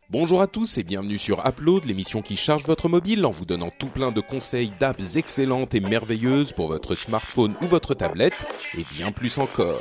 Bonjour à tous et bienvenue sur Upload, l'émission qui charge votre mobile en vous donnant tout plein de conseils d'apps excellentes et merveilleuses pour votre smartphone ou votre tablette, et bien plus encore.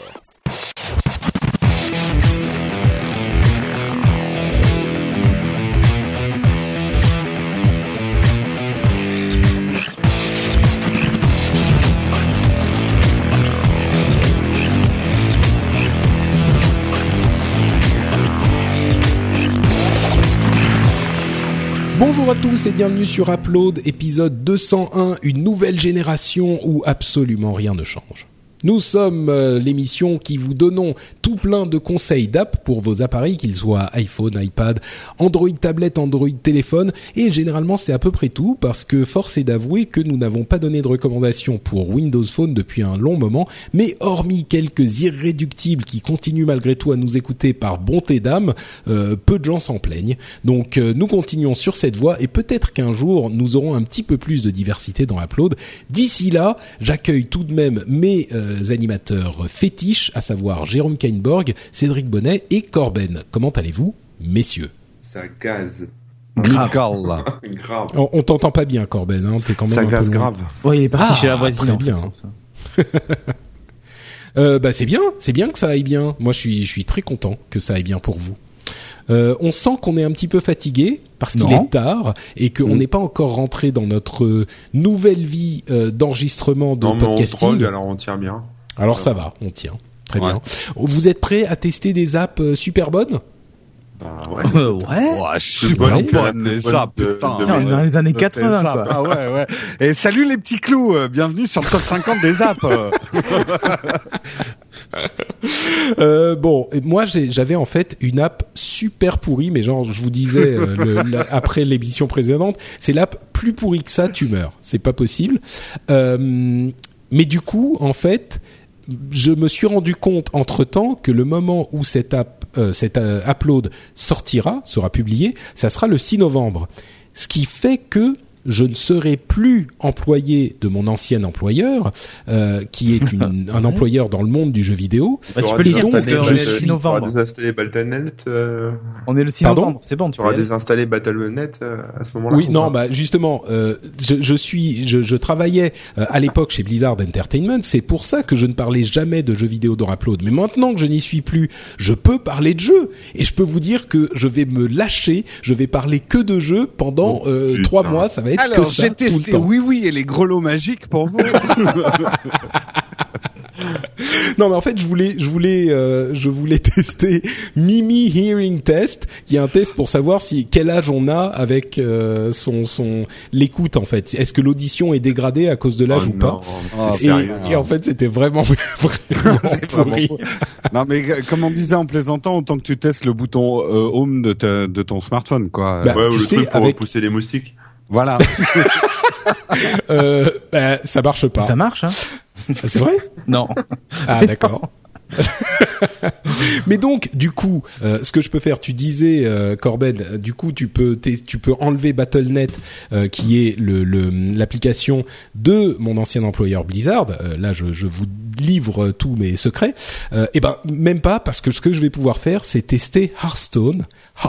Bonjour à tous et bienvenue sur Upload, épisode 201, une nouvelle génération où absolument rien ne change. Nous sommes l'émission qui vous donnons tout plein de conseils d'app pour vos appareils, qu'ils soient iPhone, iPad, Android tablette, Android téléphone, et généralement c'est à peu près tout parce que force est d'avouer que nous n'avons pas donné de recommandations pour Windows Phone depuis un long moment, mais hormis quelques irréductibles qui continuent malgré tout à nous écouter par bonté d'âme, peu de gens s'en plaignent. Donc nous continuons sur cette voie et peut-être qu'un jour nous aurons un petit peu plus de diversité dans Upload. D'ici là, j'accueille tout de même mes animateurs fétiches, à savoir Jérôme Kainborg, Cédric Bonnet et Corben. Comment allez-vous, messieurs? Ça gaze. Grave. Grave. On t'entend pas bien, Corben. Hein, t'es quand même ça un gaze peu loin. grave. Ouais, il est parti chez la voisine. Très bien. C'est bien que ça aille bien. Moi, je suis très content que ça aille bien pour vous. On sent qu'on est un petit peu fatigué parce qu'il est tard et qu'on n'est pas encore rentré dans notre nouvelle vie d'enregistrement de podcasting. On se drogue, alors on tient bien. Alors ça va, on tient. Très bien. Vous êtes prêts à tester des apps super bonnes? Ouais, super bonne les apps, putain. Dans les années 80, quoi. Ah ouais. Et salut les petits clous, bienvenue sur le top 50 des apps. Bon, moi j'avais en fait une app super pourrie, mais genre je vous disais après l'émission précédente, c'est l'app plus pourrie que ça, tu meurs. C'est pas possible. Mais du coup, en fait, je me suis rendu compte entre-temps que le moment où cette Upload sera publié, ça sera le 6 novembre. Ce qui fait que je ne serai plus employé de mon ancien employeur, qui est un employeur dans le monde du jeu vidéo. Bah, tu peux le dire, parce que je le 6 novembre. Tu auras désinstallé Battle.net. On est le 6 Pardon novembre, c'est bon. Tu auras désinstallé Battle.net à ce moment-là. Oui, non, bah justement, je travaillais à l'époque chez Blizzard Entertainment. C'est pour ça que je ne parlais jamais de jeux vidéo dans Upload. Mais maintenant que je n'y suis plus, je peux parler de jeux et je peux vous dire que je vais me lâcher. Je vais parler que de jeux pendant 3 mois. Ça va être alors, que ça j'ai tout le testé temps. oui et les grelots magiques pour vous. Non, mais en fait, je voulais tester Mimi Hearing Test, qui est un test pour savoir quel âge on a avec l'écoute en fait. Est-ce que l'audition est dégradée à cause de l'âge ou pas? Et en fait, c'était vraiment pourri. Non, mais comme on disait en plaisantant, autant que tu testes le bouton home de ton smartphone, quoi. Bah, Ouais, ou tu le sais, truc pour avec repousser les moustiques. Voilà. Ça marche pas. Ça marche, hein? C'est vrai? Non. Ah, d'accord. Mais donc, du coup, ce que je peux faire, tu disais, Corben, du coup, tu peux enlever Battle.net, qui est l'application de mon ancien employeur Blizzard. Là, je vous livre tous mes secrets. Et ben, même pas, parce que ce que je vais pouvoir faire, c'est tester Hearthstone,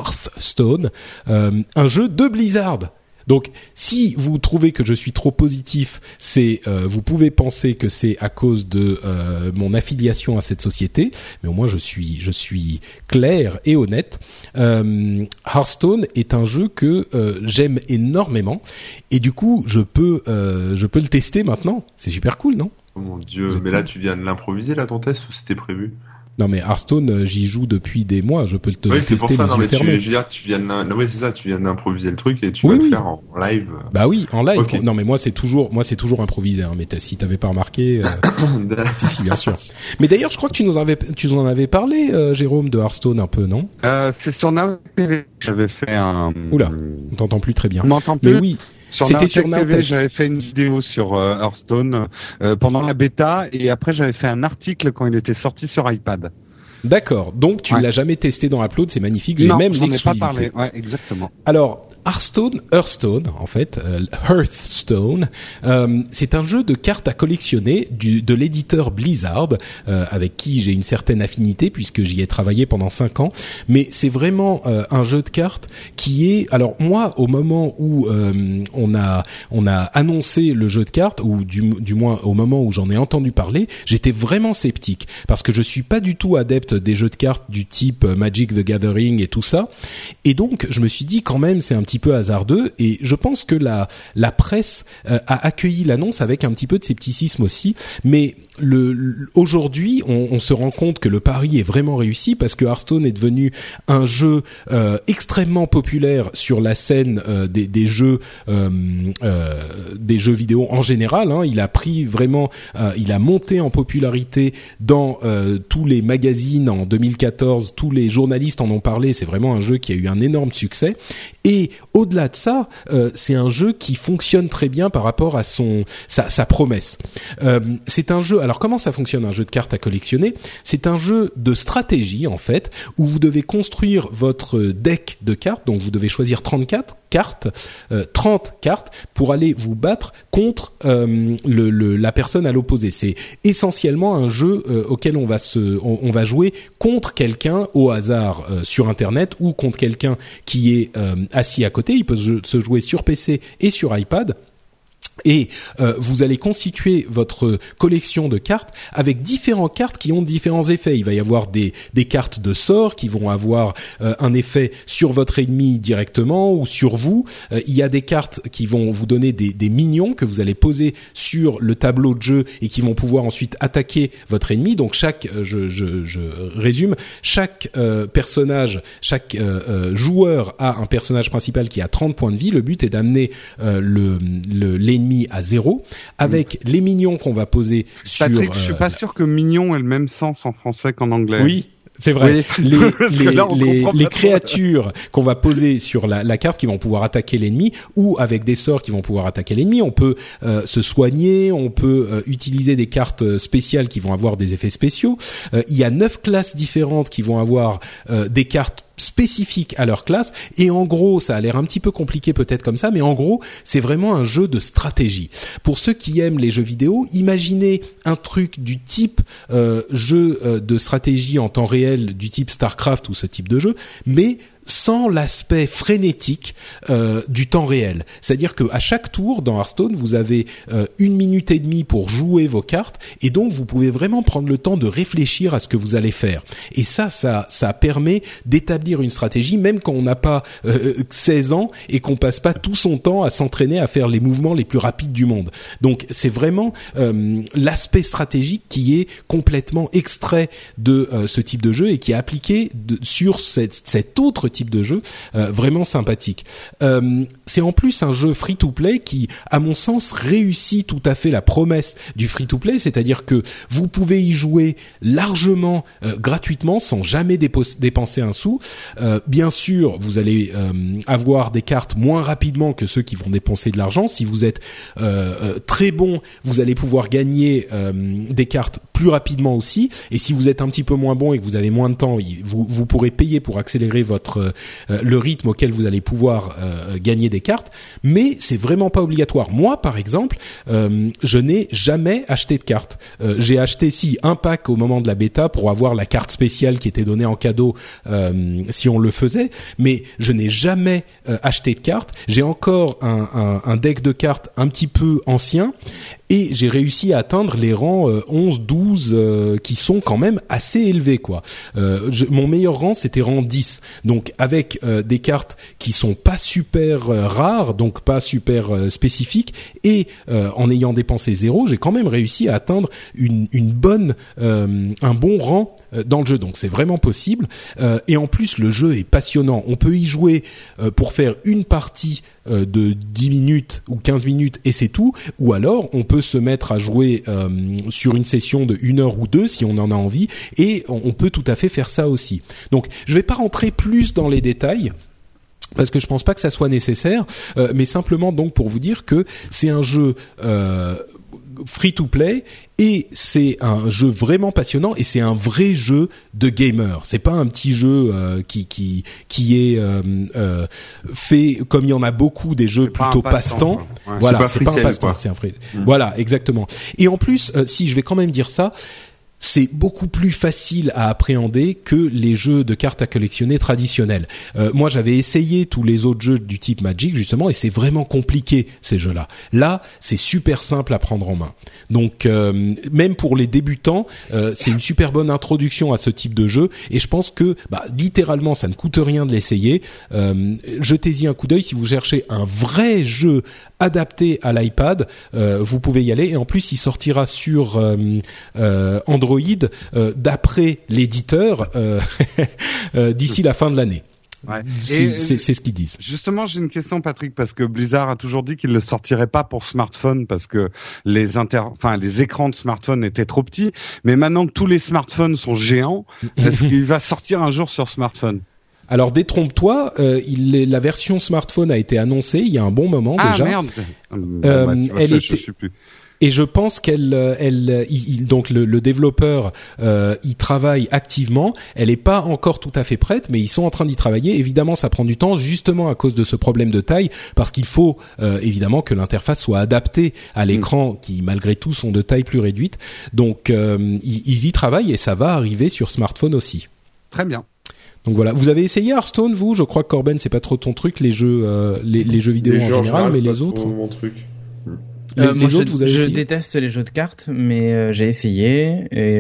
un jeu de Blizzard. Donc, si vous trouvez que je suis trop positif, vous pouvez penser que c'est à cause de mon affiliation à cette société, mais au moins je suis clair et honnête. Hearthstone est un jeu que j'aime énormément, et du coup, je peux le tester maintenant. C'est super cool, non? Oh mon dieu, mais là tu viens de l'improviser là ton test ou c'était prévu? Non mais Hearthstone, j'y joue depuis des mois, je peux le oui, tester c'est pour ça, les non, yeux mais fermés. tu viens d'improviser le truc et tu vas le faire en live. Bah oui, en live. Okay. Non mais moi c'est toujours improvisé, hein, mais si t'avais pas remarqué, si bien sûr. Mais d'ailleurs, je crois que tu en avais parlé, Jérôme, de Hearthstone un peu, non? C'est sur Now TV. J'avais fait un... Oula, on t'entend plus très bien. On m'entend plus? Mais oui. C'était sur Now TV, Nowtech. j'avais fait une vidéo sur Hearthstone pendant la bêta et après j'avais fait un article quand il était sorti sur iPad. D'accord. Donc tu l'as jamais testé dans Upload, c'est magnifique. J'ai non, même j'en ai pas l'exclusivité. parlé. Ouais, exactement. Alors Hearthstone en fait, Hearthstone, c'est un jeu de cartes à collectionner de l'éditeur Blizzard, avec qui j'ai une certaine affinité puisque j'y ai travaillé pendant 5 ans. Mais c'est vraiment un jeu de cartes qui est, alors moi au moment où on a annoncé le jeu de cartes, ou du moins au moment où j'en ai entendu parler, j'étais vraiment sceptique parce que je suis pas du tout adepte des jeux de cartes du type Magic the Gathering et tout ça, et donc je me suis dit quand même c'est un petit peu hasardeux, et je pense que la presse a accueilli l'annonce avec un petit peu de scepticisme aussi, mais aujourd'hui on se rend compte que le pari est vraiment réussi parce que Hearthstone est devenu un jeu extrêmement populaire sur la scène des jeux vidéo en général, hein. Il a pris vraiment il a monté en popularité dans tous les magazines en 2014, tous les journalistes en ont parlé, c'est vraiment un jeu qui a eu un énorme succès, et au-delà de ça, c'est un jeu qui fonctionne très bien par rapport à sa promesse. C'est un jeu, alors comment ça fonctionne un jeu de cartes à collectionner ? C'est un jeu de stratégie en fait, où vous devez construire votre deck de cartes, donc vous devez choisir 30 cartes pour aller vous battre contre la personne à l'opposé. C'est essentiellement un jeu auquel on va jouer contre quelqu'un au hasard sur internet, ou contre quelqu'un qui est assis à côté. Il peut se jouer sur PC et sur iPad. Et vous allez constituer votre collection de cartes avec différentes cartes qui ont différents effets. Il va y avoir des cartes de sorts qui vont avoir un effet sur votre ennemi directement ou sur vous. Il y a des cartes qui vont vous donner des minions que vous allez poser sur le tableau de jeu et qui vont pouvoir ensuite attaquer votre ennemi. Donc je résume, chaque personnage, chaque joueur a un personnage principal qui a 30 points de vie. Le but est d'amener l'ennemi à 0 avec les minions qu'on va poser sur... Patrick, je suis pas sûr que mignon ait le même sens en français qu'en anglais. Oui. C'est vrai. Oui. Les créatures qu'on va poser sur la carte qui vont pouvoir attaquer l'ennemi, ou avec des sorts qui vont pouvoir attaquer l'ennemi. On peut se soigner, on peut utiliser des cartes spéciales qui vont avoir des effets spéciaux. Il y a 9 classes différentes qui vont avoir des cartes spécifiques à leur classe, et en gros, ça a l'air un petit peu compliqué peut-être comme ça, mais en gros, c'est vraiment un jeu de stratégie. Pour ceux qui aiment les jeux vidéo, imaginez un truc du type jeu de stratégie en temps réel, du type StarCraft ou ce type de jeu, mais sans l'aspect frénétique du temps réel. C'est-à-dire que à chaque tour dans Hearthstone, vous avez 1 minute et demie pour jouer vos cartes, et donc vous pouvez vraiment prendre le temps de réfléchir à ce que vous allez faire. Et ça permet d'établir une stratégie même quand on n'a pas 16 ans et qu'on passe pas tout son temps à s'entraîner à faire les mouvements les plus rapides du monde. Donc c'est vraiment l'aspect stratégique qui est complètement extrait de ce type de jeu et qui est appliqué sur cet autre type de jeu vraiment sympathique. C'est en plus un jeu free-to-play qui, à mon sens, réussit tout à fait la promesse du free-to-play, c'est-à-dire que vous pouvez y jouer largement gratuitement sans jamais dépenser un sou. Bien sûr, vous allez avoir des cartes moins rapidement que ceux qui vont dépenser de l'argent. Si vous êtes très bon, vous allez pouvoir gagner des cartes plus rapidement aussi. Et si vous êtes un petit peu moins bon et que vous avez moins de temps, vous pourrez payer pour accélérer le rythme auquel vous allez pouvoir gagner des cartes, mais c'est vraiment pas obligatoire. Moi, par exemple, je n'ai jamais acheté de cartes. J'ai acheté un pack au moment de la bêta pour avoir la carte spéciale qui était donnée en cadeau si on le faisait, mais je n'ai jamais acheté de cartes. J'ai encore un deck de cartes un petit peu ancien, et j'ai réussi à atteindre les rangs 11, 12 qui sont quand même assez élevés, quoi. Mon meilleur rang, c'était rang 10. Donc avec des cartes qui sont pas super rares, donc pas super spécifiques, et en ayant dépensé 0, j'ai quand même réussi à atteindre un bon rang dans le jeu. Donc c'est vraiment possible. Et en plus, le jeu est passionnant. On peut y jouer pour faire une partie de 10 minutes ou 15 minutes et c'est tout, ou alors on peut se mettre à jouer sur une session de 1 heure ou 2 si on en a envie, et on peut tout à fait faire ça aussi. Donc je vais pas rentrer plus dans les détails parce que je pense pas que ça soit nécessaire, mais simplement donc pour vous dire que c'est un jeu free to play et c'est un jeu vraiment passionnant et c'est un vrai jeu de gamer. C'est pas un petit jeu qui est fait comme il y en a beaucoup des jeux plutôt passe-temps. Ouais, voilà, c'est pas un passe-temps, c'est un vrai. Voilà, exactement. Et en plus, si je vais quand même dire ça, c'est beaucoup plus facile à appréhender que les jeux de cartes à collectionner traditionnels. Moi, j'avais essayé tous les autres jeux du type Magic, justement, et c'est vraiment compliqué, ces jeux-là. Là, c'est super simple à prendre en main. Donc, même pour les débutants, c'est une super bonne introduction à ce type de jeu, et je pense que, littéralement, ça ne coûte rien de l'essayer. Jetez-y un coup d'œil si vous cherchez un vrai jeu adapté à l'iPad, vous pouvez y aller, et en plus, il sortira sur Android d'après l'éditeur d'ici la fin de l'année. Ouais. C'est ce qu'ils disent. Justement, j'ai une question, Patrick, parce que Blizzard a toujours dit qu'il le sortirait pas pour smartphone parce que les écrans de smartphone étaient trop petits. Mais maintenant que tous les smartphones sont géants, est-ce qu'il va sortir un jour sur smartphone? Alors détrompe-toi, la version smartphone a été annoncée il y a un bon moment déjà. Ah merde. Je sais plus. Et je pense donc le développeur, il travaille activement. Elle est pas encore tout à fait prête, mais ils sont en train d'y travailler. Évidemment, ça prend du temps, justement à cause de ce problème de taille, parce qu'il faut évidemment que l'interface soit adaptée à l'écran, qui malgré tout sont de taille plus réduite. Donc ils y travaillent et ça va arriver sur smartphone aussi. Très bien. Donc voilà, vous avez essayé Hearthstone, vous? Je crois que Corben, c'est pas trop ton truc, les jeux vidéo en général, mais les autres. Mon truc. Les autres, vous avez essayé? Je déteste les jeux de cartes, mais j'ai essayé et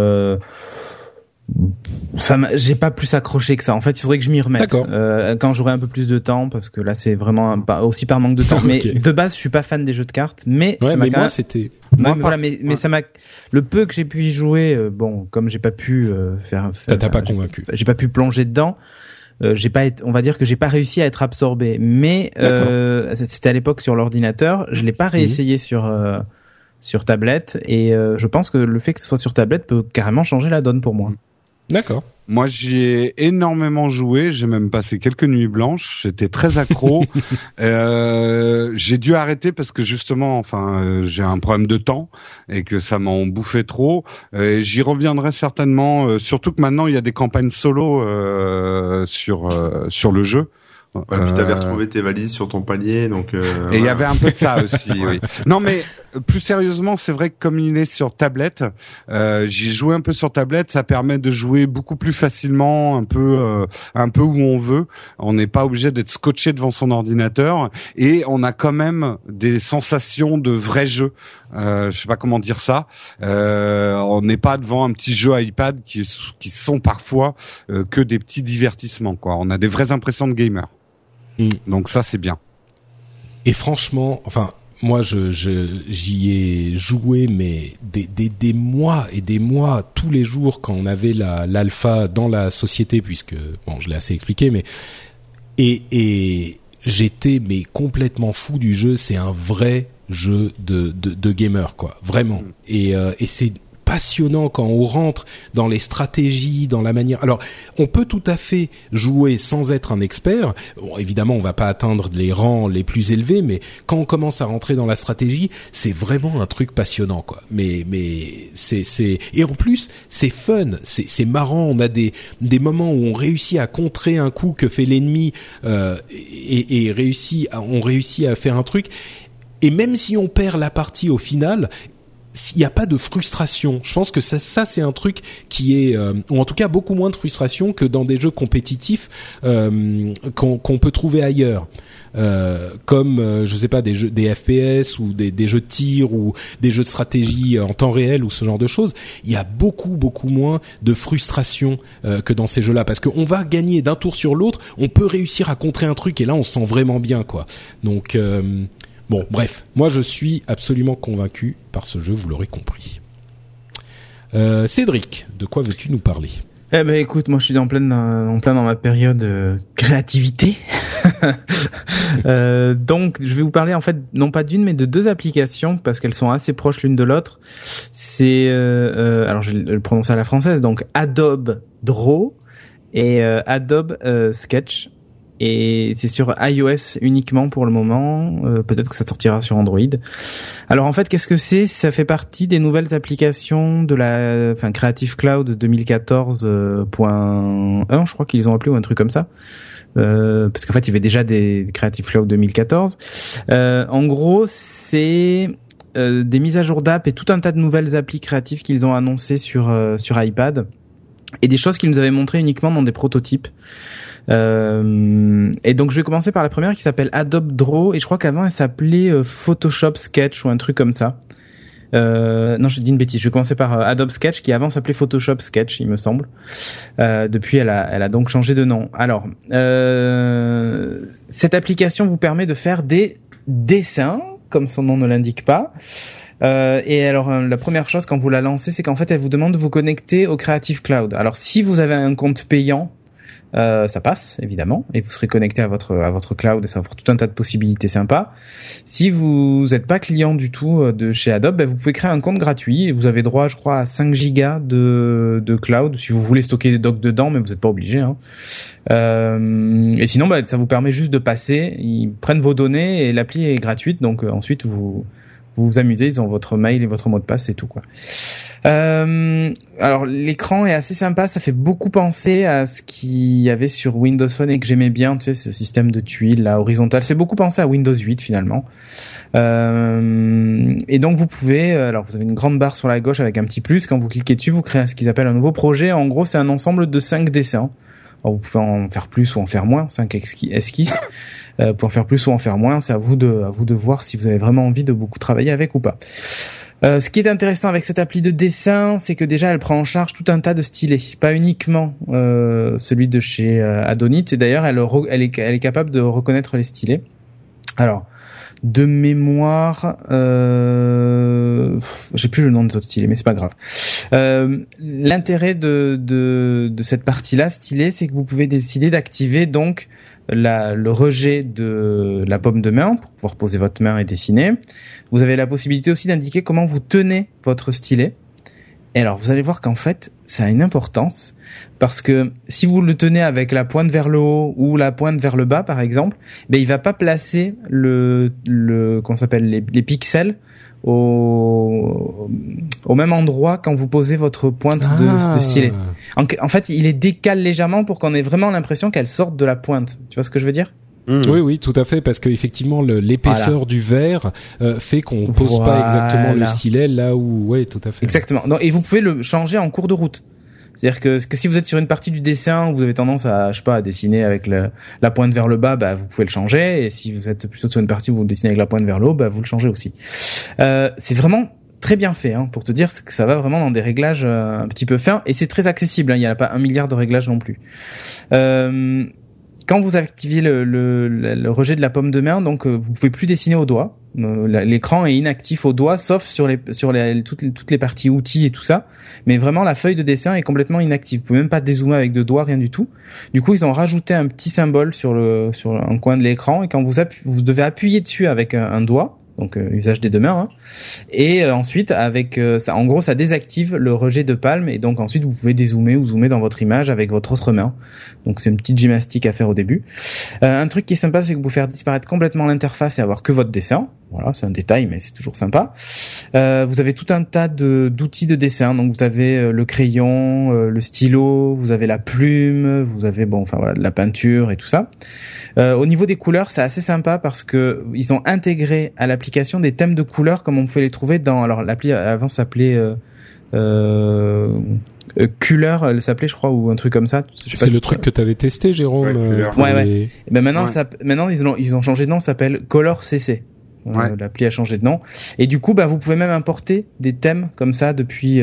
j'ai pas plus accroché que ça. En fait, il faudrait que je m'y remette. D'accord. Quand j'aurai un peu plus de temps, parce que là, c'est vraiment aussi par manque de temps. Mais de base, je suis pas fan des jeux de cartes, mais ouais, ça mais m'a moi, c'était. Mais ça m'a, le peu que j'ai pu y jouer, comme j'ai pas pu faire, ça t'a pas convaincu. J'ai pas pu plonger dedans. On va dire que j'ai pas réussi à être absorbé, mais c'était à l'époque sur l'ordinateur, je l'ai pas réessayé sur tablette, et je pense que le fait que ce soit sur tablette peut carrément changer la donne pour moi. D'accord. Moi, j'y ai énormément joué. J'ai même passé quelques nuits blanches. J'étais très accro. J'ai dû arrêter parce que justement, j'ai un problème de temps et que ça m'en bouffait trop. J'y reviendrai certainement. Surtout que maintenant, il y a des campagnes solo sur le jeu. Ouais, puis t'avais retrouvé tes valises sur ton panier, donc. Et il y avait un peu de ça aussi. Oui. Non, mais plus sérieusement, c'est vrai que comme il est sur tablette, j'y joué un peu sur tablette. Ça permet de jouer beaucoup plus facilement, un peu où on veut. On n'est pas obligé d'être scotché devant son ordinateur, et on a quand même des sensations de vrai jeu. Je sais pas comment dire ça. On n'est pas devant un petit jeu iPad qui sont parfois que des petits divertissements, quoi. On a des vraies impressions de gamer. Donc ça, c'est bien. Et franchement, moi, j'y ai joué, mais des mois et des mois, tous les jours, quand on avait l'alpha dans la société, puisque, je l'ai assez expliqué, mais, et j'étais, complètement fou du jeu. C'est un vrai jeu de gamer, quoi. Vraiment. Et c'est passionnant quand on rentre dans les stratégies, dans la manière. Alors, on peut tout à fait jouer sans être un expert. Bon, évidemment, on va pas atteindre les rangs les plus élevés, mais quand on commence à rentrer dans la stratégie, c'est vraiment un truc passionnant, quoi. Mais c'est et en plus, c'est fun, c'est marrant. On a des moments où on réussit à contrer un coup que fait l'ennemi et on réussit à faire un truc. Et même si on perd la partie au final, il n'y a pas de frustration. Je pense que ça c'est un truc qui est, ou en tout cas beaucoup moins de frustration que dans des jeux compétitifs qu'on peut trouver ailleurs, comme je sais pas des FPS ou des jeux de tir ou des jeux de stratégie en temps réel ou ce genre de choses. Il y a beaucoup moins de frustration que dans ces jeux-là, parce qu'on va gagner d'un tour sur l'autre. On peut réussir à contrer un truc et là on se sent vraiment bien, quoi. Donc bon, bref, moi je suis absolument convaincu par ce jeu, vous l'aurez compris. Cédric, de quoi veux-tu nous parler ? Écoute, moi je suis en plein dans ma période créativité. Donc je vais vous parler en fait non pas d'une mais de deux applications parce qu'elles sont assez proches l'une de l'autre. C'est alors je vais le prononcer à la française, donc Adobe Draw et Adobe Sketch. et c'est sur iOS uniquement pour le moment. Peut-être que ça sortira sur Android. Alors en fait, qu'est-ce que c'est ? Ça fait partie des nouvelles applications de la Creative Cloud 2014.1, je crois qu'ils ont appelé, ou un truc comme ça. Parce qu'en fait, il y avait déjà des Creative Cloud 2014. En gros, c'est des mises à jour d'app et tout un tas de nouvelles applis créatives qu'ils ont annoncées sur iPad, et des choses qu'ils nous avaient montrées uniquement dans des prototypes. Et donc je vais commencer par la première qui s'appelle Adobe Draw, et je crois qu'avant elle s'appelait Photoshop Sketch ou un truc comme ça. Non, je dis une bêtise. Je vais commencer par Adobe Sketch, qui avant s'appelait Photoshop Sketch, il me semble. Depuis, elle a donc changé de nom. Alors, cette application vous permet de faire des dessins, comme son nom ne l'indique pas. Et alors, la première chose quand vous la lancez, c'est qu'en fait, elle vous demande de vous connecter au Creative Cloud. Alors, si vous avez un compte payant, ça passe évidemment, et vous serez connecté à votre cloud, et ça offre tout un tas de possibilités sympas. Si vous n'êtes pas client du tout de chez Adobe, vous pouvez créer un compte gratuit et vous avez droit, je crois, à 5 gigas de cloud si vous voulez stocker des docs dedans, mais vous n'êtes pas obligé. Et sinon, ça vous permet juste de passer. Ils prennent vos données et l'appli est gratuite, donc ensuite vous vous amusez, ils ont votre mail et votre mot de passe, c'est tout, quoi. Alors l'écran est assez sympa, ça fait beaucoup penser à ce qu'il y avait sur Windows Phone et que j'aimais bien, tu sais, ce système de tuiles là horizontal, ça fait beaucoup penser à Windows 8 finalement. Et donc vous pouvez, alors vous avez une grande barre sur la gauche avec un petit plus, quand vous cliquez dessus, vous créez ce qu'ils appellent un nouveau projet. En gros, c'est un ensemble de 5 dessins. Alors, vous pouvez en faire plus ou en faire moins, 5 esquisses. Pour en faire plus ou en faire moins, c'est à vous de voir si vous avez vraiment envie de beaucoup travailler avec ou pas. Ce qui est intéressant avec cette appli de dessin, c'est que déjà elle prend en charge tout un tas de stylets, pas uniquement celui de chez Adonit. Et d'ailleurs, elle est capable de reconnaître les stylets. Alors, de mémoire, j'ai plus le nom des autres stylets, mais c'est pas grave. L'intérêt de cette partie-là, stylet, c'est que vous pouvez décider d'activer donc le rejet de la paume de main pour pouvoir poser votre main et dessiner. Vous avez la possibilité aussi d'indiquer comment vous tenez votre stylet. Et alors, vous allez voir qu'en fait, ça a une importance, parce que si vous le tenez avec la pointe vers le haut ou la pointe vers le bas, par exemple, il va pas placer les pixels au même endroit quand vous posez votre pointe de stylet. En fait, il les décale légèrement pour qu'on ait vraiment l'impression qu'elles sortent de la pointe. Tu vois ce que je veux dire ? Oui, tout à fait, parce que effectivement l'épaisseur du verre fait qu'on pose pas exactement le stylet là où, ouais, tout à fait. Exactement. Non, et vous pouvez le changer en cours de route. C'est-à-dire que si vous êtes sur une partie du dessin où vous avez tendance à dessiner avec la pointe vers le bas, vous pouvez le changer. Et si vous êtes plutôt sur une partie où vous dessinez avec la pointe vers le haut, vous le changez aussi. C'est vraiment très bien fait, pour te dire que ça va vraiment dans des réglages un petit peu fins, et c'est très accessible. Il n'y a pas 1 milliard de réglages non plus. Quand vous activez le rejet de la paume de main, donc vous pouvez plus dessiner au doigt. L'écran est inactif au doigt, sauf sur toutes les parties outils et tout ça. Mais vraiment, la feuille de dessin est complètement inactive. Vous pouvez même pas dézoomer avec 2 doigts, rien du tout. Du coup, ils ont rajouté un petit symbole sur un coin de l'écran, et quand vous devez appuyer dessus avec un doigt. Donc usage des 2 mains, et ensuite avec ça, en gros, ça désactive le rejet de palme, et donc ensuite vous pouvez dézoomer ou zoomer dans votre image avec votre autre main. Donc c'est une petite gymnastique à faire au début. Un truc qui est sympa, c'est que vous pouvez faire disparaître complètement l'interface et avoir que votre dessin. Voilà, c'est un détail, mais c'est toujours sympa. Vous avez tout un tas d'outils de dessin. Donc vous avez le crayon, le stylo, vous avez la plume, vous avez de la peinture et tout ça. Au niveau des couleurs, c'est assez sympa parce que ils ont intégré à l'application des thèmes de couleurs comme on pouvait les trouver alors l'appli avant s'appelait Cooler, elle s'appelait, je crois, ou un truc comme ça. C'est le truc que t'avais testé, Jérôme. Ouais. Et maintenant ils ont changé de nom, ça s'appelle Color CC. L'appli a changé de nom, et du coup vous pouvez même importer des thèmes comme ça depuis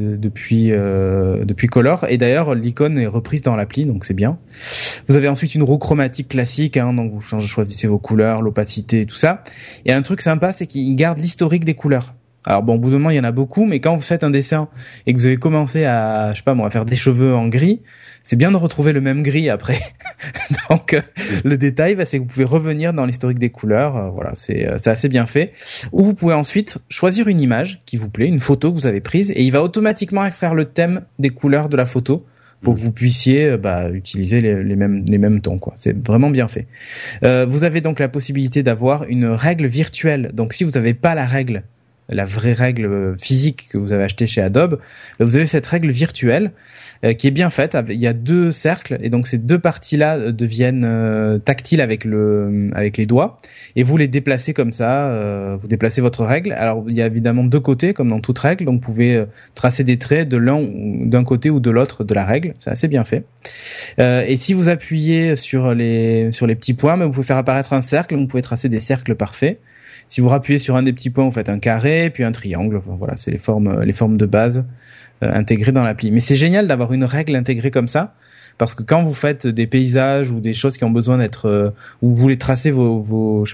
Color, et d'ailleurs l'icône est reprise dans l'appli, donc c'est bien. Vous avez ensuite une roue chromatique classique, donc vous choisissez vos couleurs, l'opacité et tout ça. Et un truc sympa, c'est qu'il garde l'historique des couleurs. Alors au bout d'un moment il y en a beaucoup, mais quand vous faites un dessin et que vous avez commencé à faire des cheveux en gris, c'est bien de retrouver le même gris après. Donc le détail, c'est que vous pouvez revenir dans l'historique des couleurs. Voilà, c'est assez bien fait. Ou vous pouvez ensuite choisir une image qui vous plaît, une photo que vous avez prise, et il va automatiquement extraire le thème des couleurs de la photo pour que vous puissiez utiliser les mêmes tons, quoi. C'est vraiment bien fait. Vous avez donc la possibilité d'avoir une règle virtuelle. Donc si vous n'avez pas la vraie règle physique que vous avez achetée chez Adobe, vous avez cette règle virtuelle qui est bien faite. Il y a 2 cercles et donc ces 2 parties-là deviennent tactiles avec les doigts et vous les déplacez comme ça. Vous déplacez votre règle. Alors il y a évidemment 2 côtés comme dans toute règle, donc vous pouvez tracer des traits d'un côté ou de l'autre de la règle. C'est assez bien fait. Et si vous appuyez sur les petits points, vous pouvez faire apparaître un cercle. Vous pouvez tracer des cercles parfaits. Si vous rappuyez sur un des petits points, vous faites un carré, puis un triangle. Enfin, voilà, c'est les formes de base intégrées dans l'appli. Mais c'est génial d'avoir une règle intégrée comme ça, parce que quand vous faites des paysages ou des choses qui ont besoin d'être, ou vous voulez tracer vos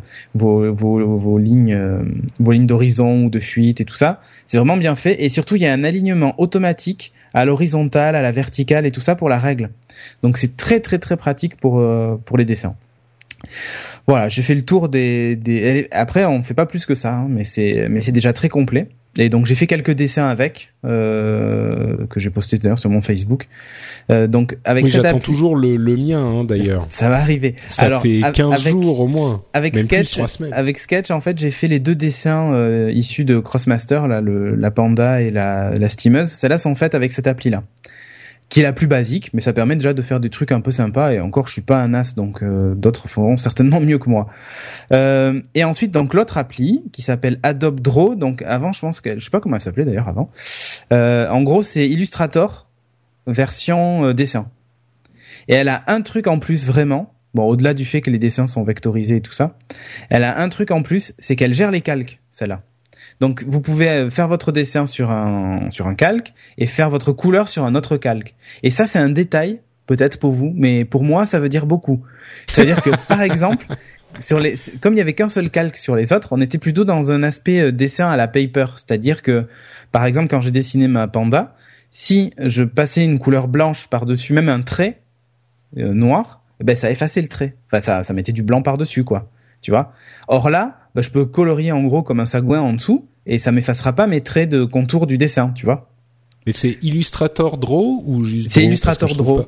lignes d'horizon ou de fuite et tout ça, c'est vraiment bien fait. Et surtout, il y a un alignement automatique à l'horizontale, à la verticale et tout ça pour la règle. Donc c'est très très très pratique pour les dessins. Voilà, j'ai fait le tour des... Après, on fait pas plus que ça, hein, mais c'est déjà très complet. Et donc j'ai fait quelques dessins avec que j'ai posté d'ailleurs sur mon Facebook. Donc avec oui, j'attends toujours le mien hein, d'ailleurs. Ça va arriver. Ça fait 15 jours au moins. Avec même Sketch, plus, 3 semaines. Avec Sketch, en fait, j'ai fait les 2 dessins issus de Crossmaster, là, la panda et la steameuse. Celles-là sont faites avec cette appli-là, qui est la plus basique, mais ça permet déjà de faire des trucs un peu sympas. Et encore, je suis pas un as, donc d'autres feront certainement mieux que moi. Et ensuite, donc l'autre appli qui s'appelle Adobe Draw. Donc avant, je sais pas comment elle s'appelait d'ailleurs avant. En gros, c'est Illustrator version dessin. Et elle a un truc en plus vraiment. Bon, au-delà du fait que les dessins sont vectorisés et tout ça, elle a un truc en plus, c'est qu'elle gère les calques, celle-là. Donc vous pouvez faire votre dessin sur un calque et faire votre couleur sur un autre calque. Et ça c'est un détail peut-être pour vous, mais pour moi ça veut dire beaucoup. C'est-à-dire que par exemple, comme il y avait qu'un seul calque sur les autres, on était plutôt dans un aspect dessin à la paper, c'est-à-dire que par exemple quand j'ai dessiné ma panda, si je passais une couleur blanche par-dessus même un trait noir, ben ça effaçait le trait. Enfin ça mettait du blanc par-dessus quoi. Tu vois. Or là, je peux colorier en gros comme un sagouin en dessous et ça m'effacera pas mes traits de contour du dessin, tu vois. Mais c'est Illustrator Draw ou juste C'est Illustrator Draw.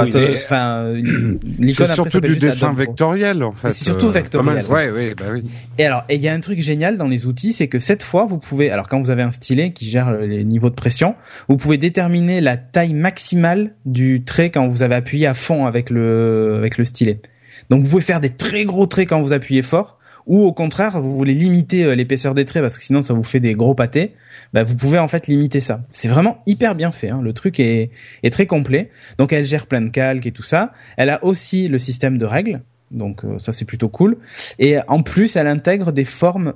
L'icône c'est surtout du dessin vectoriel en fait. C'est surtout vectoriel. Oui. Et alors, il y a un truc génial dans les outils, c'est que cette fois, vous pouvez, alors quand vous avez un stylet qui gère les niveaux de pression, vous pouvez déterminer la taille maximale du trait quand vous avez appuyé à fond avec le stylet. Donc vous pouvez faire des très gros traits quand vous appuyez fort, ou au contraire vous voulez limiter l'épaisseur des traits parce que sinon ça vous fait des gros pâtés. Vous pouvez en fait limiter ça. C'est vraiment hyper bien fait. Hein. Le truc est très complet. Donc elle gère plein de calques et tout ça. Elle a aussi le système de règles. Donc ça c'est plutôt cool. Et en plus elle intègre des formes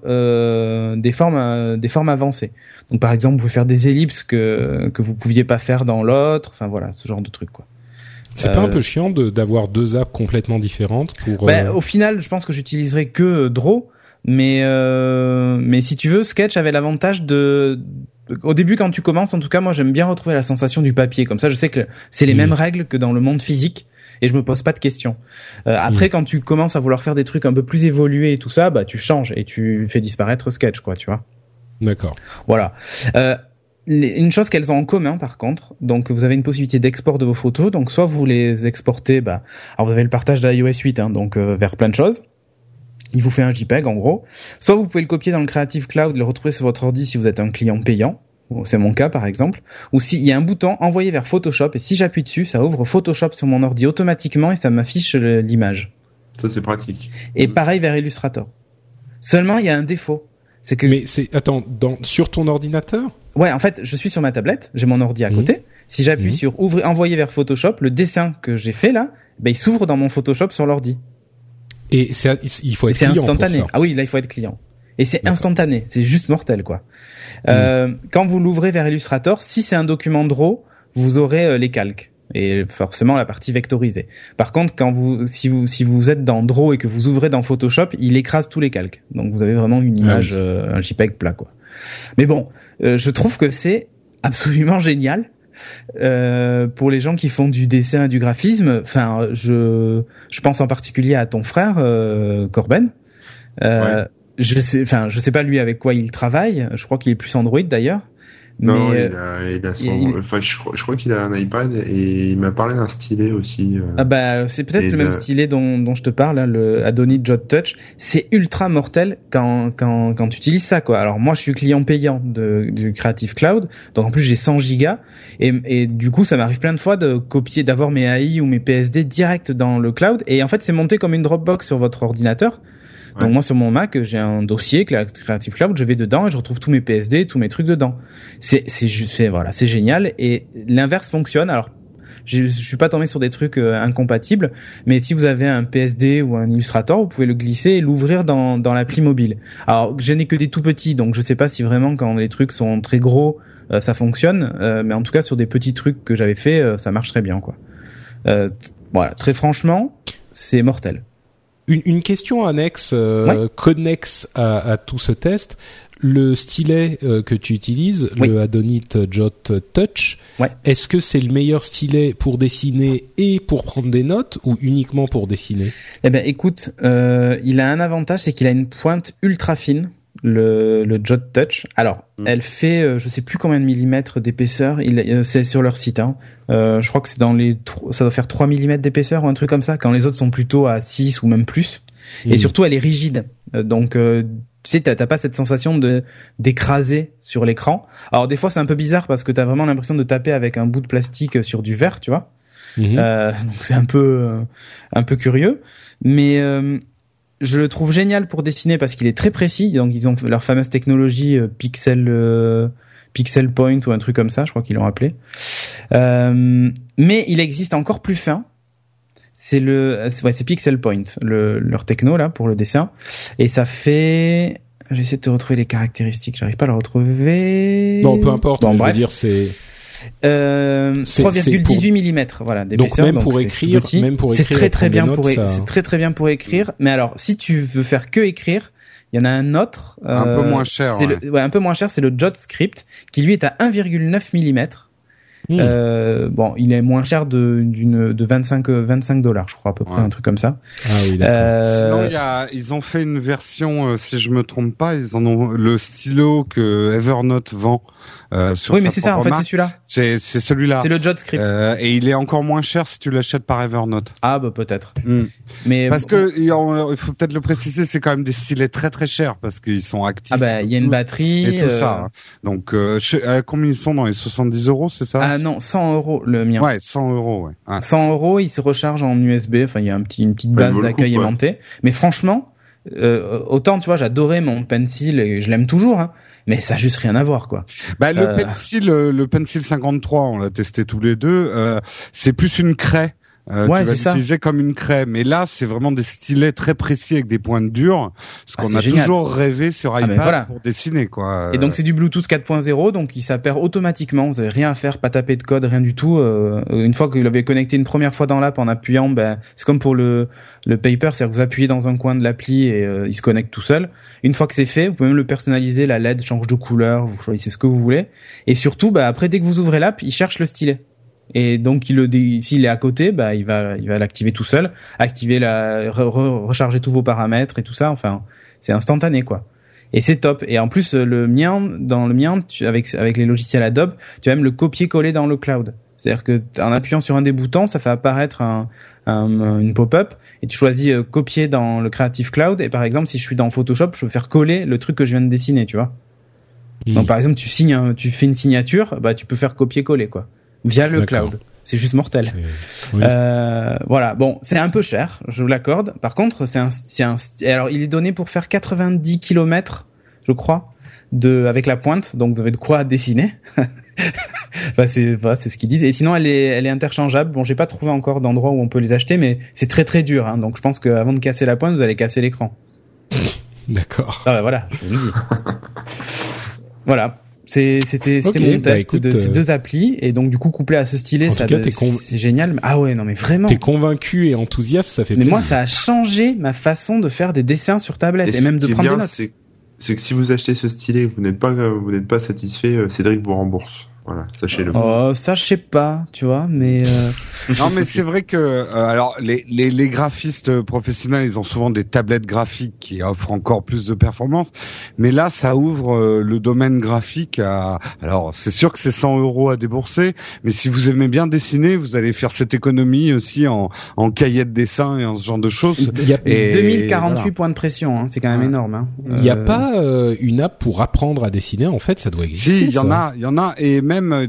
avancées. Donc par exemple vous pouvez faire des ellipses que vous pouviez pas faire dans l'autre. Enfin voilà, ce genre de truc quoi. C'est pas un peu chiant d'avoir 2 apps complètement différentes pour Au final, je pense que j'utiliserai que Draw, mais si tu veux, Sketch avait l'avantage au début quand tu commences, en tout cas, moi j'aime bien retrouver la sensation du papier. Comme ça, je sais que c'est les mêmes règles que dans le monde physique et je me pose pas de questions. Après, quand tu commences à vouloir faire des trucs un peu plus évolués et tout ça, tu changes et tu fais disparaître Sketch, quoi, tu vois. D'accord. Voilà. Une chose qu'elles ont en commun par contre, donc vous avez une possibilité d'export de vos photos, donc soit vous les exportez, alors vous avez le partage de iOS 8, donc vers plein de choses, il vous fait un JPEG en gros, soit vous pouvez le copier dans le Creative Cloud, le retrouver sur votre ordi si vous êtes un client payant, c'est mon cas par exemple, ou s'il y a un bouton envoyer vers Photoshop, et si j'appuie dessus, ça ouvre Photoshop sur mon ordi automatiquement et ça m'affiche l'image. Ça c'est pratique. Et pareil vers Illustrator. Seulement il y a un défaut. C'est que... Mais sur ton ordinateur? Ouais, en fait, je suis sur ma tablette, j'ai mon ordi à côté. Si j'appuie sur envoyer vers Photoshop, le dessin que j'ai fait là, il s'ouvre dans mon Photoshop sur l'ordi. Et il faut être client instantané. pour ça. Ah oui, là il faut être client. Et c'est instantané, c'est juste mortel quoi. Quand vous l'ouvrez vers Illustrator, si c'est un document Draw, vous aurez les calques et forcément la partie vectorisée. Par contre, si vous êtes dans Draw et que vous ouvrez dans Photoshop, il écrase tous les calques. Donc vous avez vraiment une image, un JPEG plat quoi. Mais bon, je trouve que c'est absolument génial pour les gens qui font du dessin et du graphisme. Enfin, je pense en particulier à ton frère Corben. Je sais pas lui avec quoi il travaille. Je crois qu'il est plus Android d'ailleurs. Non, mais il a son... Enfin, je crois qu'il a un iPad et il m'a parlé d'un stylet aussi. Ah bah c'est peut-être le même stylet dont je te parle, hein, le Adonit Jot Touch. C'est ultra mortel quand tu utilises ça, quoi. Alors moi je suis client payant du Creative Cloud, donc en plus j'ai 100 gigas et du coup ça m'arrive plein de fois d'avoir mes AI ou mes PSD direct dans le cloud, et en fait c'est monté comme une Dropbox sur votre ordinateur. Donc moi sur mon Mac j'ai un dossier Creative Cloud, je vais dedans et je retrouve tous mes PSD, tous mes trucs dedans. C'est génial, et l'inverse fonctionne. Alors je suis pas tombé sur des trucs incompatibles, mais si vous avez un PSD ou un Illustrator, vous pouvez le glisser et l'ouvrir dans l'appli mobile. Alors je n'ai que des tout petits, donc je sais pas si vraiment quand les trucs sont très gros ça fonctionne, mais en tout cas sur des petits trucs que j'avais fait ça marche très bien, quoi. Voilà, très franchement, c'est mortel. Une question annexe, connexe à tout ce test. Le stylet que tu utilises, le Adonit Jot Touch, est-ce que c'est le meilleur stylet pour dessiner et pour prendre des notes, ou uniquement pour dessiner? Eh ben, écoute, il a un avantage, c'est qu'il a une pointe ultra fine, le Jot Touch. Alors, elle fait, je sais plus combien de millimètres d'épaisseur. C'est sur leur site, hein. Je crois que c'est ça doit faire 3 millimètres d'épaisseur ou un truc comme ça, quand les autres sont plutôt à 6 ou même plus. Et surtout, elle est rigide. Donc, tu sais, t'as pas cette sensation d'écraser sur l'écran. Alors, des fois, c'est un peu bizarre parce que t'as vraiment l'impression de taper avec un bout de plastique sur du verre, tu vois. Donc, c'est un peu curieux. Mais, je le trouve génial pour dessiner parce qu'il est très précis. Donc, ils ont leur fameuse technologie Pixel Point ou un truc comme ça, je crois qu'ils l'ont appelé. Mais il existe encore plus fin. C'est Pixel Point, leur techno là pour le dessin. Et ça fait, j'essaie de te retrouver les caractéristiques, j'arrive pas à le retrouver. Bon, peu importe. Bon, je veux dire, c'est 3,18 mm, voilà, d'épaisseur. Donc même pour écrire, c'est très très bien c'est très très bien pour écrire. Mais alors, si tu veux faire que écrire, il y en a un autre, un peu moins cher. Un peu moins cher, c'est le Jot Script, qui lui est à 1,9 mm. Bon, il est moins cher de $25, je crois, à peu près, un truc comme ça. Ah oui, d'accord. Sinon, ils ont fait une version, si je me trompe pas, ils en ont le stylo que Evernote vend. Sur mais c'est ça, en fait, c'est celui-là. C'est celui-là. C'est le Jot Script. Et il est encore moins cher si tu l'achètes par Evernote. Ah, bah, peut-être. Mais parce que, il faut peut-être le préciser, c'est quand même des stylets très très chers parce qu'ils sont actifs. Ah, bah, il y a une batterie. Et tout ça. Hein. Donc, combien ils sont dans les 70 €, c'est ça? Ah, non, 100 € le mien. Ouais, 100 €, ouais. 100 €, il se recharge en USB. Enfin, il y a une petite base d'accueil aimantée. Mais franchement, autant, tu vois, j'adorais mon Pencil et je l'aime toujours, hein. Mais ça a juste rien à voir, quoi. Bah, le Pencil 53, on l'a testé tous les deux, c'est plus une craie. Tu vas l'utiliser comme une craie, mais là c'est vraiment des stylets très précis avec des pointes dures, ce qu'on a toujours rêvé sur iPad pour dessiner, quoi. Et donc c'est du Bluetooth 4.0, donc il s'appaire automatiquement, vous avez rien à faire, pas taper de code, rien du tout. Une fois que vous l'avez connecté une première fois dans l'app en appuyant, c'est comme pour le paper, c'est-à-dire que vous appuyez dans un coin de l'appli et il se connecte tout seul. Une fois que c'est fait, vous pouvez même le personnaliser, la LED change de couleur, vous choisissez ce que vous voulez. Et surtout, après dès que vous ouvrez l'app, il cherche le stylet. Et donc s'il est à côté, il va l'activer tout seul, activer recharger tous vos paramètres et tout ça. Enfin, c'est instantané, quoi. Et c'est top. Et en plus, dans le mien, avec les logiciels Adobe, tu vas même le copier-coller dans le cloud. C'est-à-dire que en appuyant sur un des boutons, ça fait apparaître une pop-up et tu choisis copier dans le Creative Cloud. Et par exemple, si je suis dans Photoshop, je peux faire coller le truc que je viens de dessiner, tu vois. Donc par exemple, tu fais une signature, tu peux faire copier-coller, quoi. Via le cloud. C'est juste mortel. Voilà. Bon, c'est un peu cher, je vous l'accorde. Par contre, alors, il est donné pour faire 90 km, je crois, avec la pointe. Donc, vous avez de quoi dessiner. Enfin, c'est ce qu'ils disent. Et sinon, elle est interchangeable. Bon, j'ai pas trouvé encore d'endroit où on peut les acheter, mais c'est très très dur, hein. Donc, je pense qu'avant de casser la pointe, vous allez casser l'écran. D'accord. Ah, voilà, je vous le dis. Voilà. C'était mon test de ces deux applis, et donc du coup couplé à ce stylet, c'est génial. Ah ouais, non mais vraiment. T'es convaincu et enthousiaste, ça fait plaisir. Mais moi, ça a changé ma façon de faire des dessins sur tablette et même de prendre des notes. C'est que si vous achetez ce stylet et que vous n'êtes pas satisfait, Cédric vous rembourse. Voilà, sachez-le. Oh, ça je sais pas, tu vois, mais Non, mais c'est vrai que alors les graphistes professionnels, ils ont souvent des tablettes graphiques qui offrent encore plus de performance, mais là, ça ouvre le domaine graphique à. Alors, c'est sûr que c'est 100 € à débourser, mais si vous aimez bien dessiner, vous allez faire cette économie aussi en cahier de dessin et en ce genre de choses. Il y a 2048 points de pression, hein, c'est quand même énorme. Hein. Il n'y a pas une app pour apprendre à dessiner, en fait, ça doit exister. Si, il y en a, et même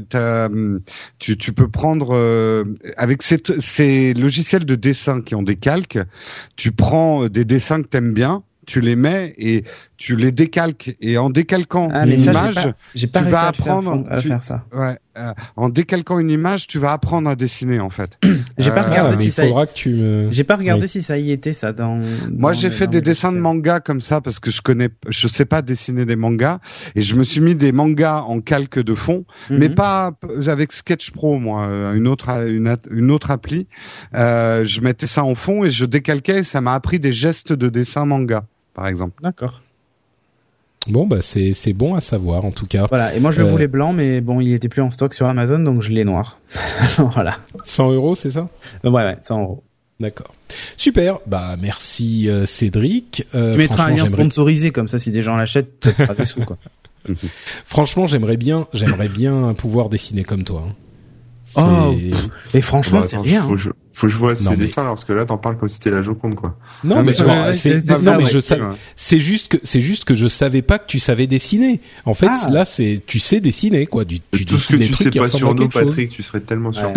tu peux prendre avec ces logiciels de dessin qui ont des calques, tu prends des dessins que t'aimes bien, tu les mets et tu les décalques, et en décalquant une image, j'ai pas tu vas réussi apprendre à faire ça. Ouais, en décalquant une image, tu vas apprendre à dessiner en fait. J'ai pas regardé si ça. Il faudra que tu me. J'ai pas regardé si ça y était ça Moi, j'ai fait des dessins de manga comme ça parce que je sais pas dessiner des mangas, et je me suis mis des mangas en calque de fond, mais pas avec Sketch Pro, moi, une autre appli. Je mettais ça en fond et je décalquais, et ça m'a appris des gestes de dessin manga, par exemple. D'accord. Bon, bah c'est bon à savoir en tout cas. Voilà, et moi je le voulais blanc, mais bon, il était plus en stock sur Amazon, donc je l'ai noir. Voilà. 100 €, c'est ça? Ouais, 100 €. D'accord. Super. Bah merci Cédric. Tu mettras un lien sponsorisé, comme ça si des gens l'achètent, tu feras des sous, quoi. Franchement, j'aimerais bien pouvoir dessiner comme toi. Hein. Oh, et franchement, c'est rien. Faut que je vois ces dessins, parce que là, t'en parles comme si c'était la Joconde, quoi. Non, mais c'est juste que je savais pas que tu savais dessiner. En fait, là, tu sais dessiner, quoi. Tu tout ce que tu sais pas sur nous, Patrick, tu serais tellement sûr.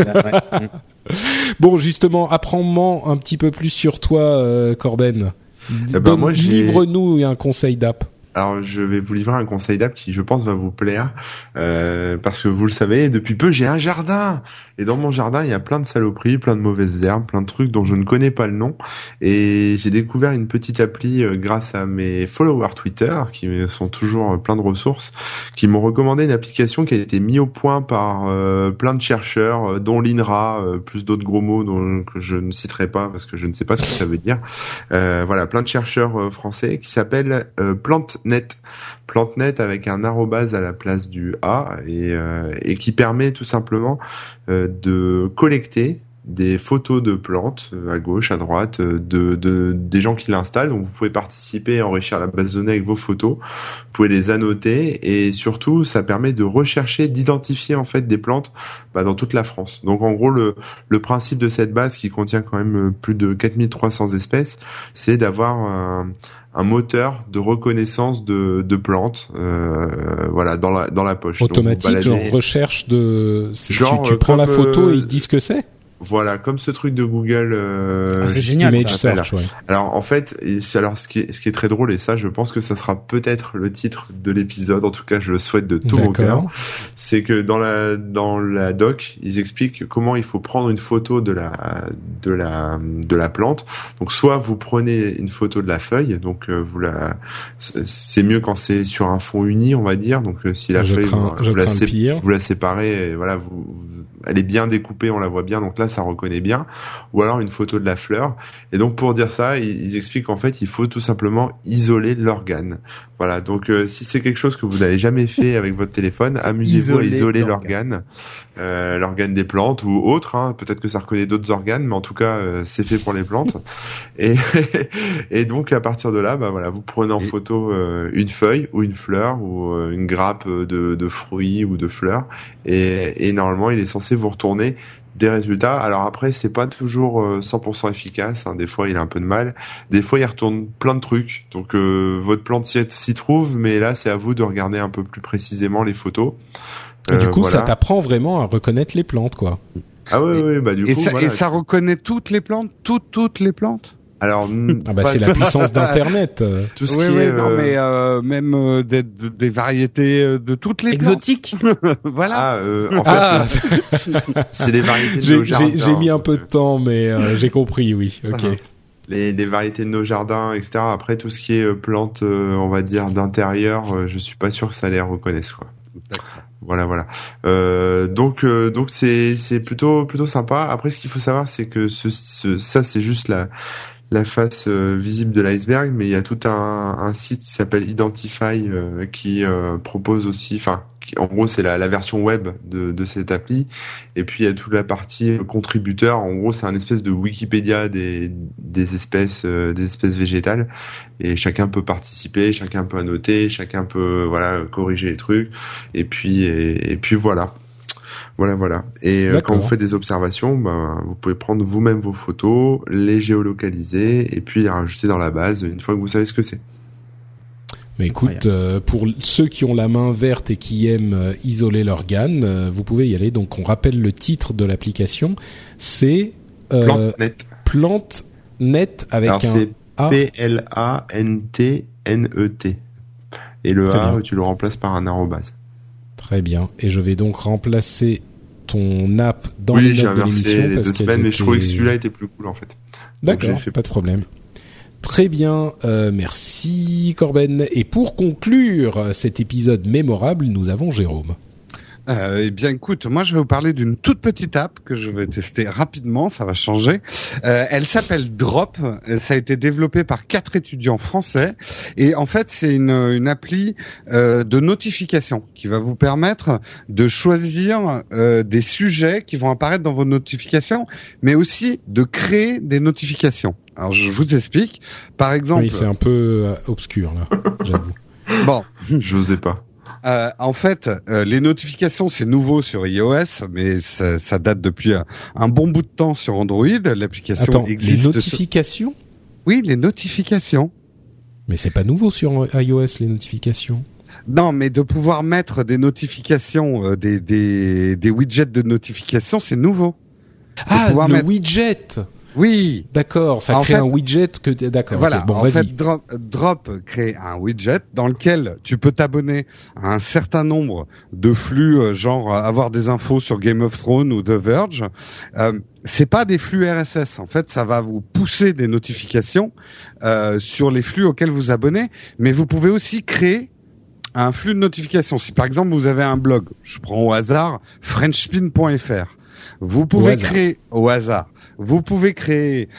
Bon, justement, apprends-moi un petit peu plus sur toi, Corben. Livre-nous un conseil d'app. Alors, je vais vous livrer un conseil d'app qui, je pense, va vous plaire, parce que vous le savez, depuis peu, j'ai un jardin. Et dans mon jardin, il y a plein de saloperies, plein de mauvaises herbes, plein de trucs dont je ne connais pas le nom. Et j'ai découvert une petite appli grâce à mes followers Twitter, qui sont toujours plein de ressources, qui m'ont recommandé une application qui a été mise au point par plein de chercheurs, dont l'INRA, plus d'autres gros mots que je ne citerai pas parce que je ne sais pas ce que ça veut dire. Voilà, plein de chercheurs français qui s'appellent PlanteNet. PlanteNet avec un arrobase à la place du A, et qui permet tout simplement de collecter des photos de plantes à gauche, à droite, des gens qui l'installent. Donc vous pouvez participer et enrichir la base de données avec vos photos. Vous pouvez les annoter, et surtout ça permet de rechercher, d'identifier en fait des plantes dans toute la France. Donc en gros le principe de cette base, qui contient quand même plus de 4300 espèces, c'est d'avoir un moteur de reconnaissance de plantes, voilà, dans la poche. Automatique, donc, genre recherche de. Tu prends la photo et ils disent ce que c'est. Voilà, comme ce truc de Google. C'est génial. Image Search, ouais. Alors en fait, ce qui est très drôle, et ça, je pense que ça sera peut-être le titre de l'épisode. En tout cas, je le souhaite de tout mon cœur. C'est que dans la doc, ils expliquent comment il faut prendre une photo de la plante. Donc soit vous prenez une photo de la feuille, donc c'est mieux quand c'est sur un fond uni, on va dire. Donc si la feuille vous la séparez, et voilà, elle est bien découpée, on la voit bien, donc là ça reconnaît bien. Ou alors une photo de la fleur. Et donc pour dire ça, ils expliquent qu'en fait il faut tout simplement isoler l'organe. Voilà, donc si c'est quelque chose que vous n'avez jamais fait avec votre téléphone, amusez-vous à isoler l'organe des plantes ou autres. Hein. Peut-être que ça reconnaît d'autres organes, mais en tout cas c'est fait pour les plantes. Et donc à partir de là, voilà, vous prenez en photo une feuille ou une fleur ou une grappe de fruits ou de fleurs, et normalement il est censé vous retourner des résultats. Alors après, c'est pas toujours 100% efficace, hein. Des fois il a un peu de mal, des fois il retourne plein de trucs, donc votre plante s'y trouve, mais là c'est à vous de regarder un peu plus précisément les photos. Et du coup, ça t'apprend vraiment à reconnaître les plantes, quoi. Ah oui, du coup. Et ça reconnaît toutes les plantes, toutes les plantes. Alors, c'est la puissance d'Internet. Tout ce qui est, non, mais même des variétés de toutes les exotiques. Voilà. En fait, c'est les variétés de nos jardins. J'ai mis un peu de temps, mais j'ai compris, oui. Ok. Les variétés de nos jardins, etc. Après, tout ce qui est plantes, on va dire d'intérieur, je suis pas sûr que ça les reconnaisse, quoi. Voilà. Donc c'est plutôt sympa. Après, ce qu'il faut savoir, c'est que ça c'est juste la face visible de l'iceberg, mais il y a tout un site qui s'appelle Identify qui propose aussi, en gros c'est la version web de cette appli, et puis il y a toute la partie contributeurs. En gros c'est un espèce de Wikipédia des espèces végétales, et chacun peut participer, chacun peut annoter, chacun peut corriger les trucs, et puis voilà. Voilà. Et quand vous faites des observations, vous pouvez prendre vous-même vos photos, les géolocaliser et puis les rajouter dans la base une fois que vous savez ce que c'est. Mais écoute, pour ceux qui ont la main verte et qui aiment isoler l'organe, vous pouvez y aller. Donc on rappelle le titre de l'application, c'est PlanteNet avec alors, c'est PLANTNET. Et le A, tu le remplaces par un arrobase. Très bien. Et je vais donc remplacer ton app dans les notes de l'émission. Oui, j'ai inversé les 2 semaines, mais je trouvais que celui-là était plus cool en fait. D'accord, pas de problème. Très bien, merci Corben. Et pour conclure cet épisode mémorable, nous avons Jérôme. Eh bien, écoute, moi, je vais vous parler d'une toute petite app que je vais tester rapidement. Ça va changer. Elle s'appelle Drop. Ça a été développé par 4 étudiants français. Et en fait, c'est une appli de notification qui va vous permettre de choisir des sujets qui vont apparaître dans vos notifications, mais aussi de créer des notifications. Alors, je vous explique. Par exemple... Oui, c'est un peu obscur, là, j'avoue. Bon. J'osais pas. En fait, les notifications, c'est nouveau sur iOS, mais ça date depuis un bon bout de temps sur Android. L'application existe. Les notifications ? Oui, les notifications. Mais c'est pas nouveau sur iOS, les notifications. Non, mais de pouvoir mettre des notifications, des widgets de notification, c'est nouveau. Widget. Oui. D'accord, ça crée un widget que d'accord. Voilà. Okay, bon, en vas-y. fait, Drop crée un widget dans lequel tu peux t'abonner à un certain nombre de flux, genre avoir des infos sur Game of Thrones ou The Verge. C'est pas des flux RSS. En fait, ça va vous pousser des notifications sur les flux auxquels vous abonnez, mais vous pouvez aussi créer un flux de notifications. Si par exemple vous avez un blog, je prends au hasard frenchspin.fr, vous pouvez créer au hasard. Vous pouvez créer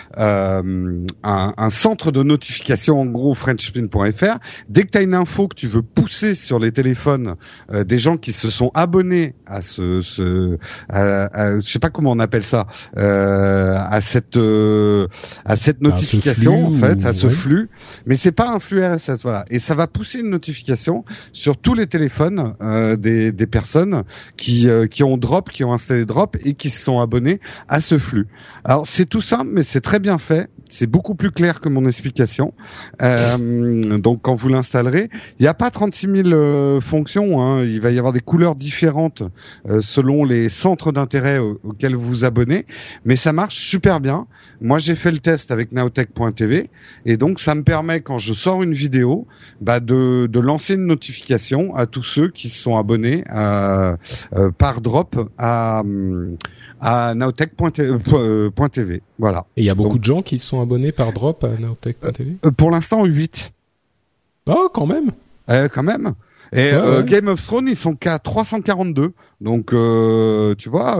un centre de notification, en gros frenchspin.fr. Dès que tu as une info que tu veux pousser sur les téléphones des gens qui se sont abonnés à je sais pas comment on appelle ça, à cette notification, ce flux, mais c'est pas un flux RSS, voilà. Et ça va pousser une notification sur tous les téléphones des personnes qui ont Drop, qui ont installé Drop et qui se sont abonnés à ce flux. Alors c'est tout simple, mais c'est très bien fait. C'est beaucoup plus clair que mon explication. Donc quand vous l'installerez, il n'y a pas 36 000 fonctions. Hein. Il va y avoir des couleurs différentes selon les centres d'intérêt auxquels vous vous abonnez. Mais ça marche super bien. Moi, j'ai fait le test avec Nowtech.tv et donc ça me permet, quand je sors une vidéo, de lancer une notification à tous ceux qui se sont abonnés par Drop à Nowtech.tv. Voilà. Et il y a beaucoup de gens qui se sont abonnés par Drop à Nowtech.tv. Pour l'instant, 8. Oh, quand même. Quand même. Et Game of Thrones, ils sont qu'à 342. Donc, tu vois.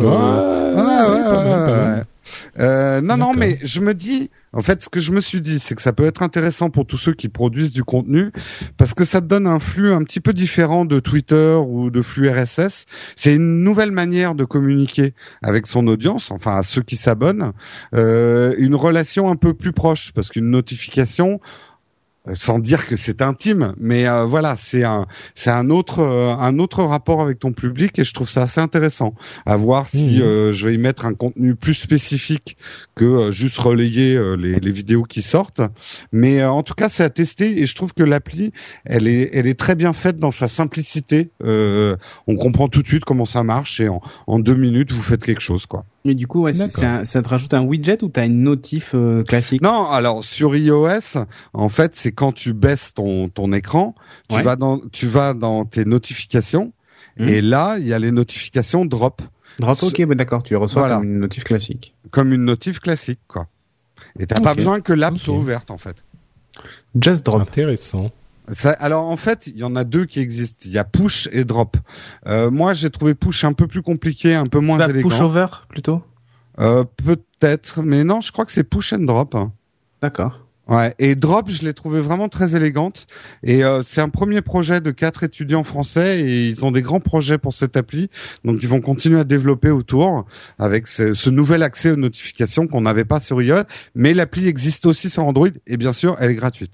Pas mal. Non, mais je me dis, en fait, ce que je me suis dit, c'est que ça peut être intéressant pour tous ceux qui produisent du contenu, parce que ça te donne un flux un petit peu différent de Twitter ou de flux RSS. C'est une nouvelle manière de communiquer avec son audience, enfin à ceux qui s'abonnent, une relation un peu plus proche, parce qu'une notification, sans dire que c'est intime, mais voilà, c'est un autre rapport avec ton public, et je trouve ça assez intéressant à voir si je vais y mettre un contenu plus spécifique que juste relayer les vidéos qui sortent. Mais en tout cas, c'est à tester, et je trouve que l'appli, elle est très bien faite dans sa simplicité. On comprend tout de suite comment ça marche, et en 2 minutes, vous faites quelque chose, quoi. Mais du coup, ça te rajoute un widget ou t'as une notif classique? Non, alors sur iOS, en fait, c'est quand tu baisses ton écran, tu vas dans tes notifications, et là, il y a les notifications Drop. Drop, ok, mais d'accord, tu les reçois comme une notif classique. Comme une notif classique, quoi. Et t'as pas besoin que l'app soit ouverte, en fait. Just Drop. Intéressant. Alors en fait, il y en a 2 qui existent. Il y a Push et Drop. Moi, j'ai trouvé Push un peu plus compliqué, un peu moins élégant. Push over plutôt. Peut-être, mais non, je crois que c'est Push and Drop. D'accord. Ouais, et Drop, je l'ai trouvé vraiment très élégante. Et c'est un premier projet de 4 étudiants français et ils ont des grands projets pour cette appli. Donc ils vont continuer à développer autour avec ce nouvel accès aux notifications qu'on n'avait pas sur iOS. Mais l'appli existe aussi sur Android et bien sûr, elle est gratuite.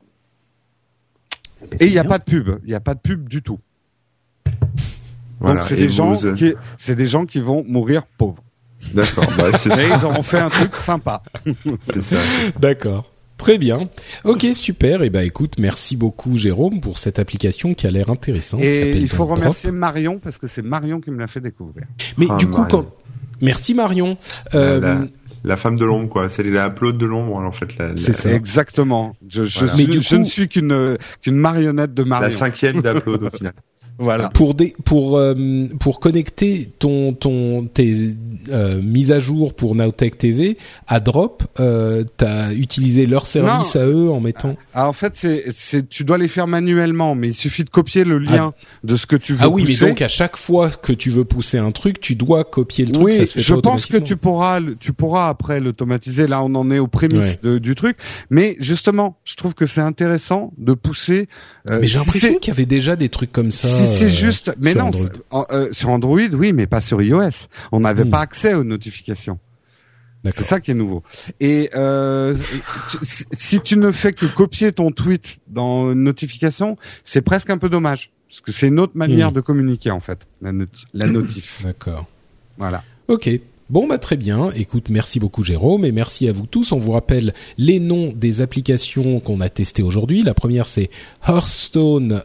Et il n'y a pas de pub. Il n'y a pas de pub du tout. Voilà. Donc c'est des gens qui vont mourir pauvres. D'accord. Bah, c'est ça. Et ils auront fait un truc sympa. C'est ça. D'accord. Très bien. Ok, super. Et écoute, merci beaucoup Jérôme pour cette application qui a l'air intéressante. Et il faut remercier Marion parce que c'est Marion qui me l'a fait découvrir. Mais du coup, merci Marion. La femme de l'ombre, quoi. C'est la Upload de l'ombre, en fait. C'est ça. Exactement. Je ne suis qu'une marionnette de Marion. La 5e d'Upload au final. Voilà. Pour connecter tes mises à jour pour Nowtech TV à Drop, t'as utilisé leur service à eux en mettant. Ah, en fait, tu dois les faire manuellement, mais il suffit de copier le lien de ce que tu veux pousser. Ah oui, mais donc à chaque fois que tu veux pousser un truc, tu dois copier le truc. Oui, ça se fait je pense que tu pourras après l'automatiser. Là, on en est aux prémices du truc, mais justement, je trouve que c'est intéressant de pousser. Mais j'ai l'impression qu'il y avait déjà des trucs comme ça. Si c'est juste, mais non, sur Android, oui, mais pas sur iOS. On n'avait pas accès aux notifications. C'est ça qui est nouveau. Et si tu ne fais que copier ton tweet dans une notification, c'est presque un peu dommage, parce que c'est une autre manière de communiquer en fait, la notif. D'accord. Voilà. Ok. Bon, très bien. Écoute, merci beaucoup Jérôme et merci à vous tous. On vous rappelle les noms des applications qu'on a testées aujourd'hui. La première, c'est Hearthstone,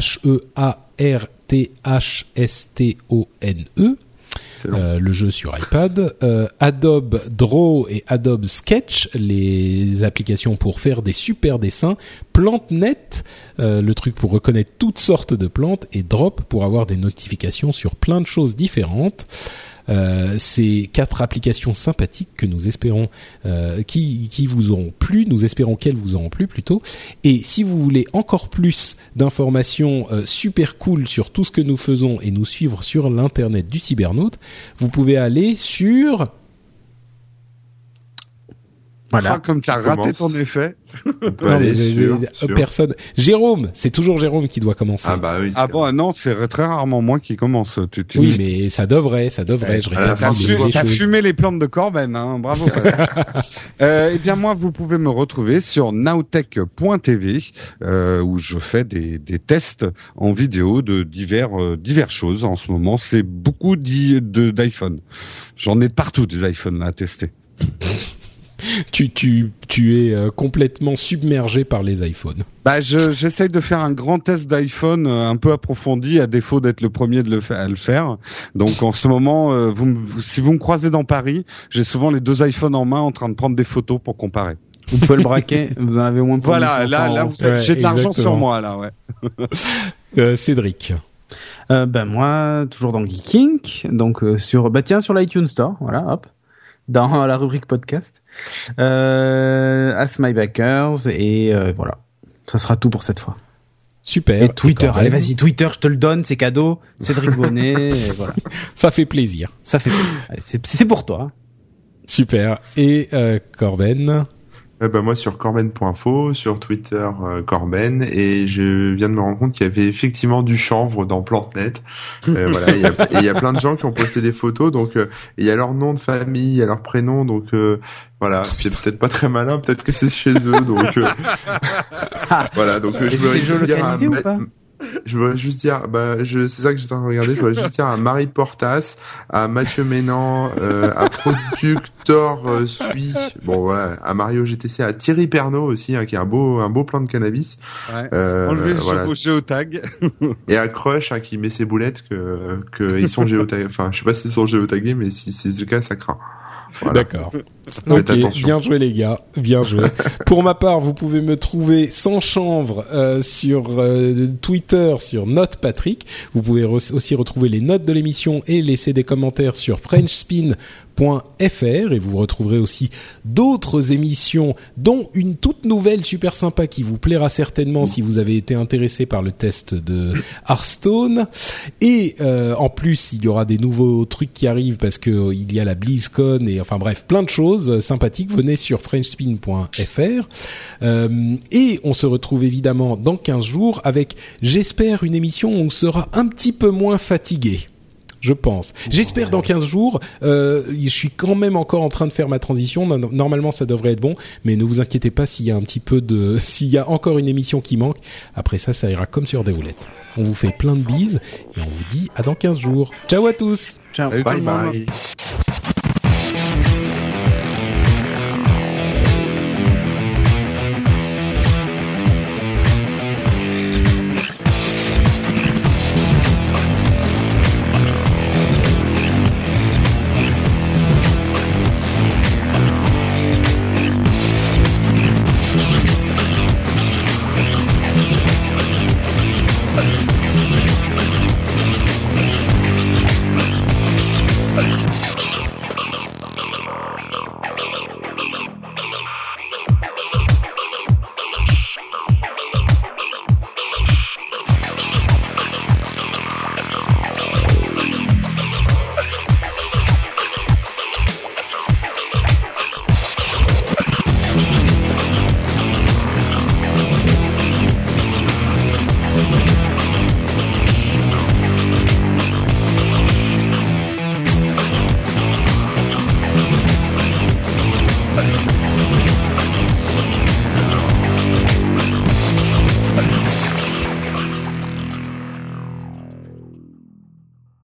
HEARTHSTONE. Le jeu sur iPad, Adobe Draw et Adobe Sketch, les applications pour faire des super dessins, PlanteNet, le truc pour reconnaître toutes sortes de plantes, et Drop pour avoir des notifications sur plein de choses différentes. Ces 4 applications sympathiques que nous espérons qui vous auront plu, nous espérons qu'elles vous auront plu plutôt. Et si vous voulez encore plus d'informations super cool sur tout ce que nous faisons et nous suivre sur l'internet du Cybernaute, vous pouvez aller sur... Voilà, comme tu as raté ton effet. Personne. Jérôme, c'est toujours Jérôme qui doit commencer. Ah bah oui. Ah bon, non, c'est très rarement moi qui commence. Oui, mais ça devrait. T'as fumé les plantes de Corben, hein. Bravo. Eh bien moi, vous pouvez me retrouver sur nowtech.tv où je fais des tests en vidéo de divers choses. En ce moment, c'est beaucoup d'iPhone. J'en ai partout des iPhones à tester. Tu es complètement submergé par les iPhones. J'essaye de faire un grand test d'iPhone un peu approfondi, à défaut d'être le premier à le faire. Donc en ce moment, si vous me croisez dans Paris, j'ai souvent les 2 iPhones en main en train de prendre des photos pour comparer. Vous pouvez le braquer, vous en avez au moins pour Voilà, là j'ai de l'argent sur moi là, ouais. Cédric. Moi, toujours dans Geeking, donc sur l'iTunes Store, voilà, hop. Dans la rubrique podcast, Ask My Backers et voilà, ça sera tout pour cette fois. Super. Et Twitter, allez vas-y, Twitter, je te le donne, c'est cadeau, Cédric Bonnet, et voilà. Ça fait plaisir. Allez, c'est pour toi. Super. Et Corben. Moi sur corben.info, sur Twitter Corben, et je viens de me rendre compte qu'il y avait effectivement du chanvre dans PlanteNet. Voilà, il y a plein de gens qui ont posté des photos, donc il y a leur nom de famille, il y a leur prénom, donc voilà, c'est peut-être pas très malin, peut-être que c'est chez eux, donc voilà, donc je voudrais juste dire c'est ça que j'étais en train de regarder, je voudrais juste dire à Marie Portas, à Mathieu Ménan, à Producteur bon voilà, à Mario GTC, à Thierry Pernaud aussi, qui a un beau plan de cannabis. Ouais. Enlever vos géotags. Et à Crush, qui met ses boulettes que ils sont géotagués, enfin je sais pas s'ils sont géotagués, mais si c'est le cas, ça craint. Voilà. D'accord. Ok, bien joué les gars, bien joué. Pour ma part, vous pouvez me trouver sans chanvre sur Twitter, sur Note Patrick. Vous pouvez aussi retrouver les notes de l'émission et laisser des commentaires sur FrenchSpin.fr, et vous retrouverez aussi d'autres émissions, dont une toute nouvelle super sympa qui vous plaira certainement si vous avez été intéressé par le test de Hearthstone. Et en plus, il y aura des nouveaux trucs qui arrivent parce que il y a la BlizzCon et enfin bref, plein de choses. choses sympathiques, venez sur frenchspin.fr. Et on se retrouve évidemment dans 15 jours avec, j'espère, une émission où on sera un petit peu moins fatigué. Je pense. J'espère dans 15 jours. Je suis quand même encore en train de faire ma transition. Normalement, ça devrait être bon. Mais ne vous inquiétez pas s'il y a s'il y a encore une émission qui manque. Après ça ira comme sur des roulettes. On vous fait plein de bises et on vous dit à dans 15 jours. Ciao à tous. Ciao. Bye bye.